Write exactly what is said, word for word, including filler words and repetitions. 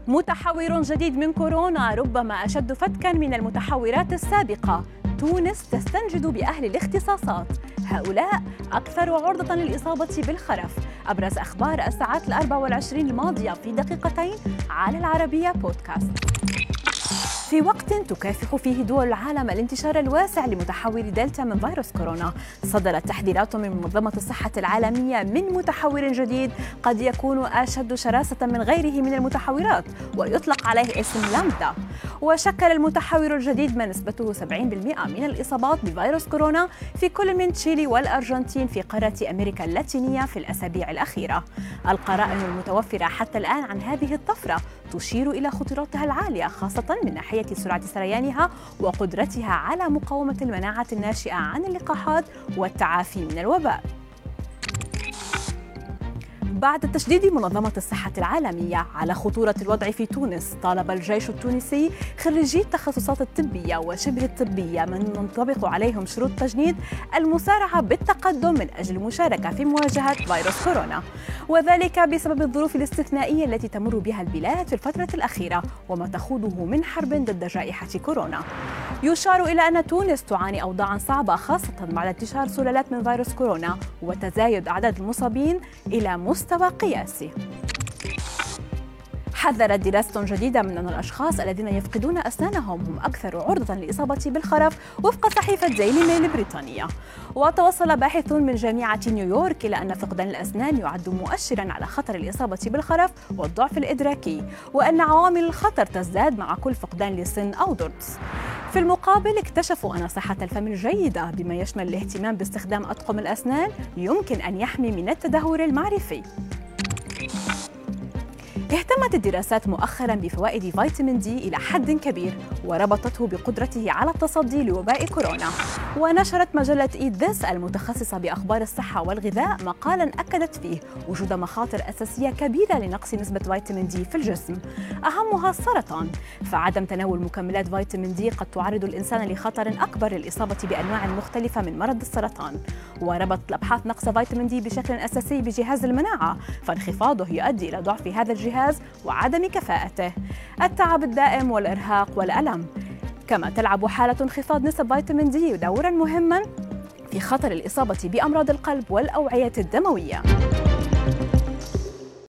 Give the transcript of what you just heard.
متحور جديد من كورونا ربما أشد فتكاً من المتحورات السابقة. تونس تستنجد بأهل الاختصاصات، هؤلاء أكثر عرضة للإصابة بالخرف. أبرز أخبار الساعات الأربع والعشرين الماضية في دقيقتين على العربية بودكاست. في وقت تكافح فيه دول العالم الانتشار الواسع لمتحور دلتا من فيروس كورونا، صدرت تحذيرات من منظمة الصحة العالمية من متحور جديد قد يكون أشد شراسة من غيره من المتحورات ويطلق عليه اسم لامدا. وشكل المتحور الجديد ما نسبته سبعين بالمئة من الإصابات بفيروس كورونا في كل من تشيلي والأرجنتين في قارة أمريكا اللاتينية في الأسابيع الأخيرة. القرائن المتوفرة حتى الآن عن هذه الطفرة تشير إلى خطورتها العالية، خاصة من ناحية سرعة سريانها وقدرتها على مقاومة المناعة الناشئة عن اللقاحات والتعافي من الوباء. بعد تشديد منظمة الصحة العالمية على خطورة الوضع في تونس، طالب الجيش التونسي خريجي التخصصات الطبية وشبه الطبية من ينطبق عليهم شروط تجنيد المسارعة بالتقدم من أجل المشاركة في مواجهة فيروس كورونا، وذلك بسبب الظروف الاستثنائية التي تمر بها البلاد في الفترة الأخيرة وما تخوضه من حرب ضد جائحة كورونا. يشار إلى أن تونس تعاني أوضاعا صعبة، خاصة بعد انتشار سلالات من فيروس كورونا وتزايد أعداد المصابين إلى مستوى قياسي. حذرت دراسة جديدة من أن الأشخاص الذين يفقدون أسنانهم هم أكثر عرضة للإصابة بالخرف وفق صحيفة ديلي ميل البريطانية. وتوصل باحثون من جامعة نيويورك إلى أن فقدان الأسنان يعد مؤشراً على خطر الإصابة بالخرف والضعف الإدراكي، وأن عوامل الخطر تزداد مع كل فقدان لسن أو ضرس. في المقابل اكتشفوا أن صحة الفم الجيدة بما يشمل الاهتمام باستخدام أطقم الأسنان يمكن أن يحمي من التدهور المعرفي. اهتمت الدراسات مؤخراً بفوائد فيتامين دي إلى حد كبير وربطته بقدرته على التصدي لوباء كورونا. ونشرت مجلة إيت ذس المتخصصة بأخبار الصحة والغذاء مقالاً أكدت فيه وجود مخاطر أساسية كبيرة لنقص نسبة فيتامين دي في الجسم، أهمها السرطان. فعدم تناول مكملات فيتامين دي قد تعرض الإنسان لخطر أكبر للإصابة بأنواع مختلفة من مرض السرطان. وربطت الأبحاث نقص فيتامين دي بشكل أساسي بجهاز المناعة، فانخفاضه يؤدي إلى ضعف هذا الجهاز وعدم كفاءته، التعب الدائم والإرهاق والألم. كما تلعب حالة انخفاض نسب فيتامين دي دورا مهما في خطر الإصابة بأمراض القلب والأوعية الدموية.